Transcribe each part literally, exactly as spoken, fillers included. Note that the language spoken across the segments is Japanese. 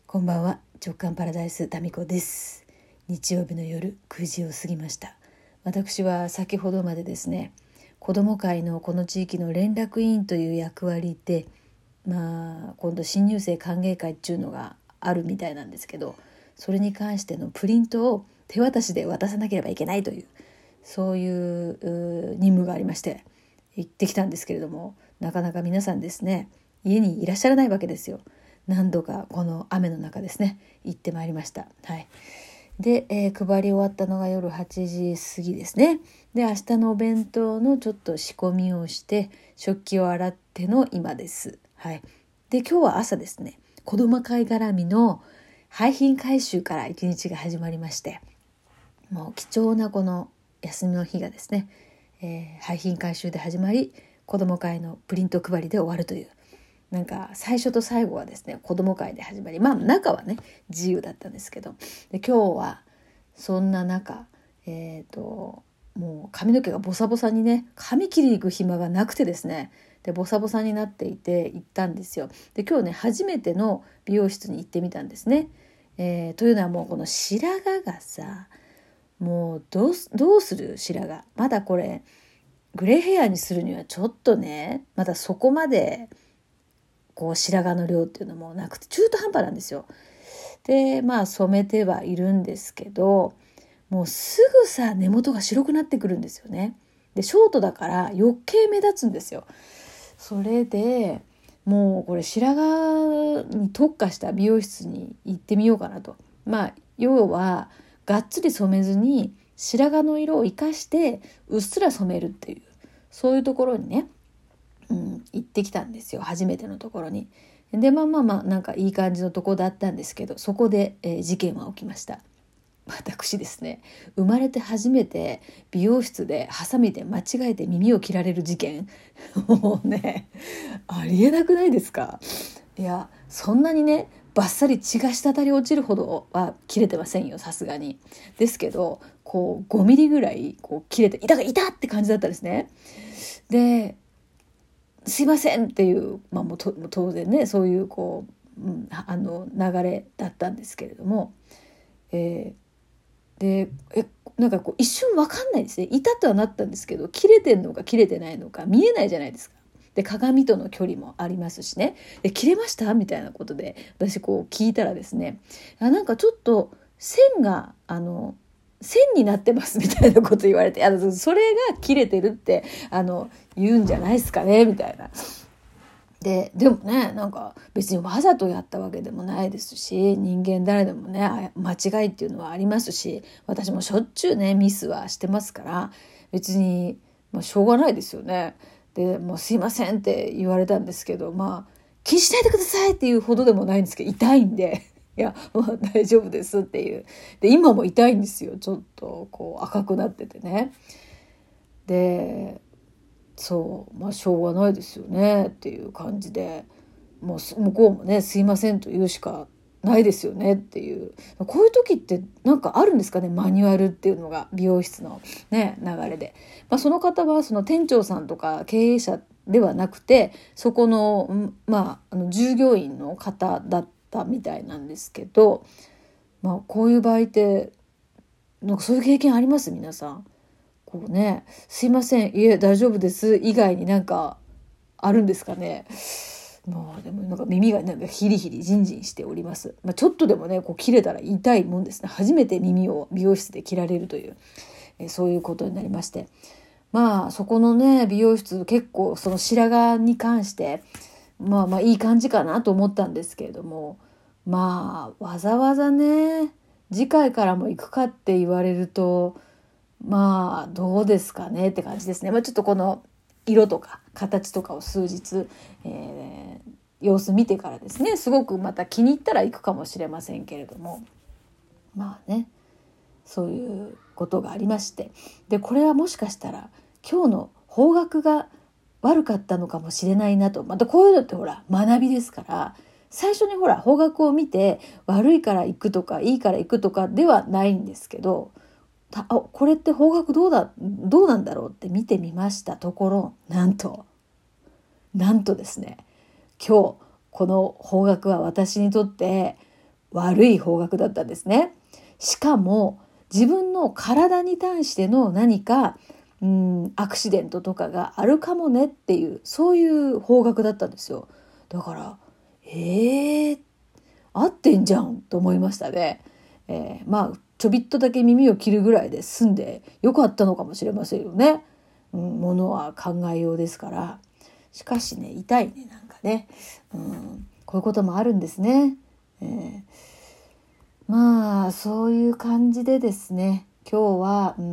こんばんは。直感パラダイスタミコです。日曜日の夜くじを過ぎました。私は先ほどまでですね、子ども会のこの地域の連絡委員という役割で、まあ今度新入生歓迎会っていうのがあるみたいなんですけど、それに関してのプリントを手渡しで渡さなければいけないという、そういう任務がありまして行ってきたんですけれども、なかなか皆さんですね、家にいらっしゃらないわけですよ。何度かこの雨の中ですね行ってまいりました。はい。で、えー、配り終わったのが夜はちじ過ぎですね。で、明日のお弁当のちょっと仕込みをして食器を洗っての今です。はい。で、今日は朝ですね、子ども会絡みの廃品回収から一日が始まりまして、もう貴重なこの休みの日がですね、えー、廃品回収で始まり、子ども会のプリント配りで終わるという、なんか最初と最後はですね子ども会で始まり、まあ中はね自由だったんですけど、で今日はそんな中、えーともう髪の毛がボサボサにね、髪切りに行く暇がなくてですね、でボサボサになっていて行ったんですよ。で今日ね初めての美容室に行ってみたんですね。えー、というのはもうこの白髪がさ、もうどうす、どうする白髪、まだこれグレーヘアにするにはちょっとね、まだそこまでこう白髪の量っていうのもなくて中途半端なんですよ。でまあ染めてはいるんですけど、もうすぐさ根元が白くなってくるんですよね。でショートだから余計目立つんですよ。それでもうこれ白髪に特化した美容室に行ってみようかなと。まあ要はがっつり染めずに白髪の色を生かしてうっすら染めるっていう、そういうところにね、うん、行ってきたんですよ、初めてのところに。でまあまあまあなんかいい感じのとこだったんですけど、そこで、えー、事件は起きました。私ですね、生まれて初めて美容室でハサミで間違えて耳を切られる事件もうねありえなくないですか。いやそんなにねバッサリ血が滴り落ちるほどは切れてませんよ、さすがに。ですけどこうごミリぐらいこう切れて、痛が痛って感じだったんですね。ですいませんっていう、まあ、もうと当然ねそういうこう、うん、あの流れだったんですけれども、えー、でえなんかこう一瞬分かんないですね。痛とはなったんですけど、切れてんのか切れてないのか見えないじゃないですか。で鏡との距離もありますしね。で切れましたみたいなことで私こう聞いたらですね、あなんかちょっと線があの線になってますみたいなこと言われて、あのそれが切れてるってあの言うんじゃないですかねみたいな。ででもね、なんか別にわざとやったわけでもないですし、人間誰でもね間違いっていうのはありますし、私もしょっちゅうねミスはしてますから、別に、まあ、しょうがないですよね。でもうすいませんって言われたんですけど、まあ気にしないでくださいっていうほどでもないんですけど、痛いんでいや、まあ、大丈夫ですっていう。で今も痛いんですよ、ちょっとこう赤くなっててね。でそうまあしょうがないですよねっていう感じで、もう向こうもねすいませんと言うしかないですよねっていう。こういう時ってなんかあるんですかね、マニュアルっていうのが美容室のね流れで。まあ、その方はその店長さんとか経営者ではなくて、そこのまああの従業員の方だったみたいなんですけど、まあこういう場合ってなんかそういう経験あります皆さん。こうね、すいません、いえ大丈夫です以外になんかあるんですかね。まあでもなんか耳がなんかヒリヒリジンジンしております。まあ、ちょっとでもねこう切れたら痛いもんですね。初めて耳を美容室で切られるという、えそういうことになりまして、まあそこのね美容室結構その白髪に関してまあまあいい感じかなと思ったんですけれども、まあわざわざね次回からも行くかって言われると、まあどうですかねって感じですね。まあ、ちょっとこの色とか形とかを数日、えー、様子見てからですね、すごくまた気に入ったら行くかもしれませんけれども、まあねそういうことがありまして、でこれはもしかしたら今日の方角が悪かったのかもしれないなと。またこういうのってほら学びですから、最初にほら方角を見て悪いから行くとかいいから行くとかではないんですけど、あこれって方角どうだどうなんだろうって見てみましたところ、なんとなんとですね、今日この方角は私にとって悪い方角だったんですね。しかも自分の体に対しての何かうんアクシデントとかがあるかもねっていう、そういう方角だったんですよ。だからえー、合ってんじゃんと思いましたね。えー、まあちょびっとだけ耳を切るぐらいで済んでよかったのかもしれませんよね。うん、ものは考えようですから。しかしね、痛いね、なんかね、うん、こういうこともあるんですね。えー、まあそういう感じでですね、今日は、うん、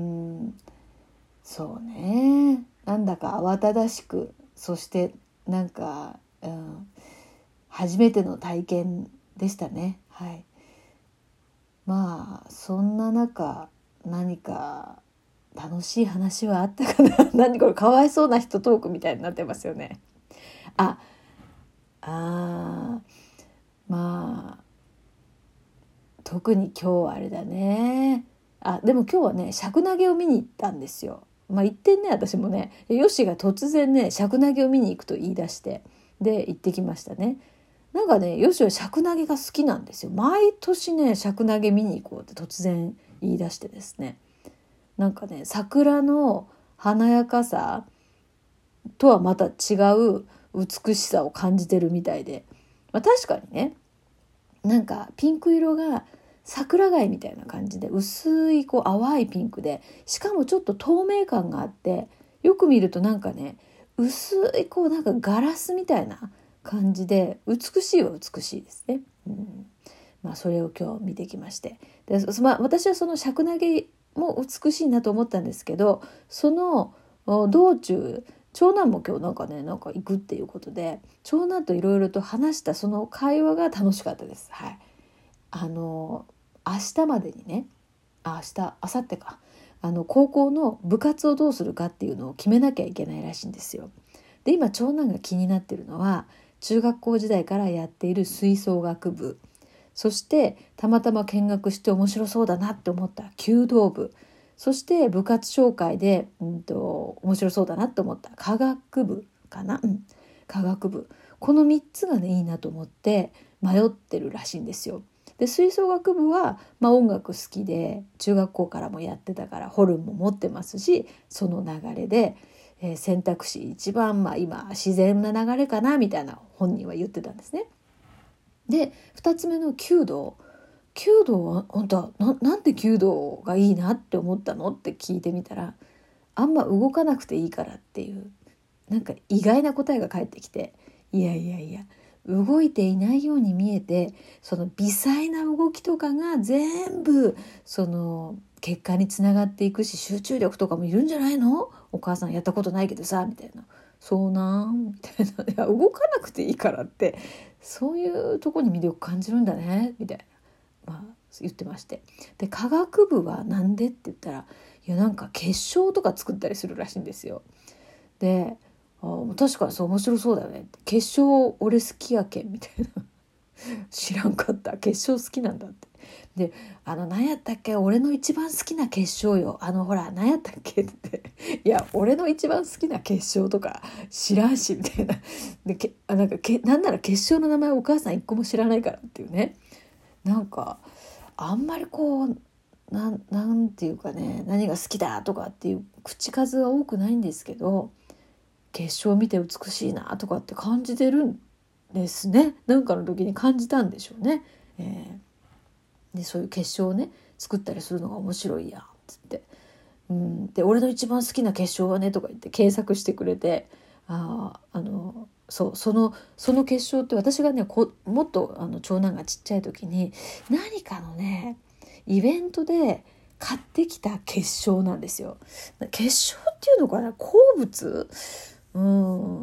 そうね、なんだか慌ただしく、そしてなんか、うん、初めての体験でしたね。はい。まあそんな中、何か楽しい話はあったかな。何これ、かわいそうな人トークみたいになってますよね。あ、あー、まあ特に今日はあれだね。あ、でも今日はね、尺投げを見に行ったんですよ。まあ一点ね、私もね、ヨシが突然ね、尺投げを見に行くと言い出して、で行ってきましたね。なんかね、ヨシは尺投げが好きなんですよ。毎年ね、尺投げ見に行こうって突然言い出してですね。なんかね、桜の華やかさとはまた違う美しさを感じてるみたいで、まあ、確かにね、なんかピンク色が桜貝みたいな感じで、薄いこう淡いピンクで、しかもちょっと透明感があって、よく見るとなんかね、薄いこうなんかガラスみたいな感じで、美しいは美しいですね。うん、まあそれを今日見てきまして、で、まあ、私はその尺投げも美しいなと思ったんですけど、その道中長男も今日なんかね、なんか行くっていうことで、長男といろいろと話したその会話が楽しかったです。はい。あの明日までにね、あ、明日明後日か、あの高校の部活をどうするかっていうのを決めなきゃいけないらしいんですよ。で、今長男が気になってるのは、中学校時代からやっている吹奏楽部、そしてたまたま見学して面白そうだなって思った弓道部、そして部活紹介で、うんと、面白そうだなって思った科学部かな、うん、科学部、このみっつがねいいなと思って迷ってるらしいんですよ。で、吹奏楽部は、まあ、音楽好きで中学校からもやってたからホルンも持ってますし、その流れで、えー選択肢一番、まあ、今自然な流れかなみたいな本人は言ってたんですね。で、ふたつめの弓道。弓道は本当は な, なんで弓道がいいなって思ったのって聞いてみたら、あんま動かなくていいからっていう、なんか意外な答えが返ってきて、いやいやいや、動いていないように見えて、その微細な動きとかが全部その結果につながっていくし、集中力とかもいるんじゃないの？お母さんやったことないけどさ、みたいな。そうなんみたいな。いや、動かなくていいからって、そういうとこに魅力感じるんだねみたいな、まあ、言ってまして。で、科学部はなんでって言ったら、いや、なんか結晶とか作ったりするらしいんですよ。で、あ、確かにそう面白そうだよね、結晶俺好きやけんみたいな。知らんかった、結晶好きなんだって。で、あの何やったっけ、俺の一番好きな結晶よ、あのほら何やったっけって、いや俺の一番好きな結晶とか知らんしみたいな。で、けあなんかけなんなら結晶の名前お母さん一個も知らないからっていうね。なんかあんまりこうなん、なんていうかね、何が好きだとかっていう口数は多くないんですけど、結晶を見て美しいなとかって感じてるんですね。なんかの時に感じたんでしょうね。えー、で、そういう結晶をね作ったりするのが面白いやんっつって、うん、で俺の一番好きな結晶はねとか言って検索してくれて、ああのそうそのその結晶って私がねこもっとあの長男がちっちゃい時に何かのねイベントで買ってきた結晶なんですよ。結晶っていうのかな、鉱物、うん、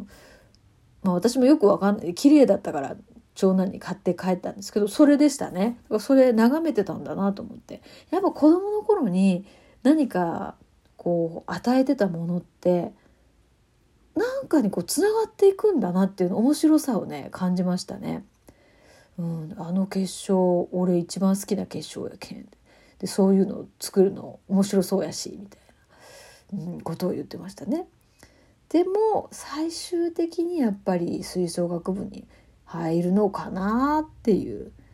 まあ、私もよくわかんない、綺麗だったから長男に買って帰ったんですけど、それでしたね。だからそれ眺めてたんだなと思って、やっぱ子供の頃に何かこう与えてたものってなんかにこうつながっていくんだなっていうの面白さをね感じましたね。うん、あの結晶俺一番好きな結晶やけんで、そういうのを作るの面白そうやしみたいな、うん、ことを言ってましたね。でも最終的にやっぱり吹奏楽部に入るのかなっていう、う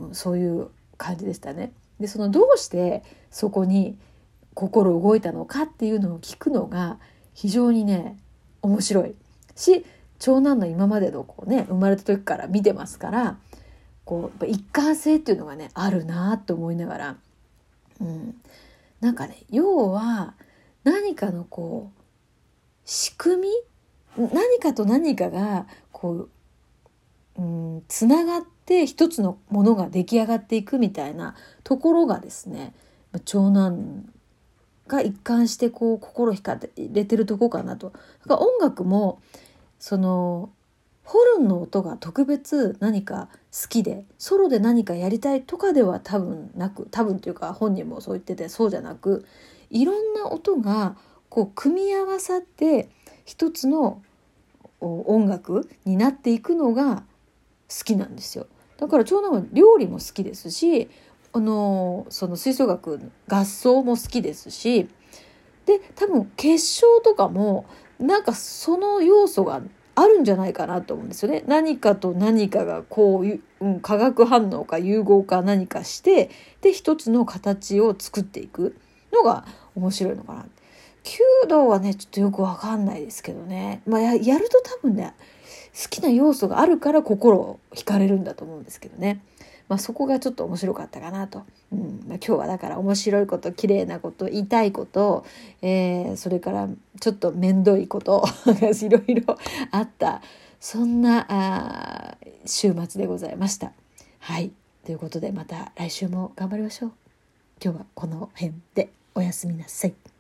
うん、そういう感じでしたね。でそのどうしてそこに心動いたのかっていうのを聞くのが非常にね面白いし、長男の今までのこう、ね、生まれた時から見てますから、こうやっぱ一貫性っていうのがねあるなと思いながら、うん、なんかね要は何かのこう仕組み、何かと何かがこう、うん、つながって一つのものが出来上がっていくみたいなところがですね、長男が一貫してこう心惹かれてるとこかなと。だから音楽もそのホルンの音が特別何か好きでソロで何かやりたいとかでは多分なく、多分というか本人もそう言っててそうじゃなく、いろんな音がこう組み合わさって一つの音楽になっていくのが好きなんですよ。だから長男は料理も好きですし、あのその吹奏楽合奏も好きですし、で多分結晶とかもなんかその要素があるんじゃないかなと思うんですよね。何かと何かがこういう、うん、化学反応か融合か何かしてで一つの形を作っていくのが面白いのかな。弓道はねちょっとよくわかんないですけどね、まあ、や, やると多分ね好きな要素があるから心を惹かれるんだと思うんですけどね。まあ、そこがちょっと面白かったかなと、うんまあ、今日はだから面白いこと綺麗なこと言いたいこと、えー、それからちょっと面倒いこといろいろあったそんなあ週末でございました。はい、ということでまた来週も頑張りましょう。今日はこの辺でおやすみなさい。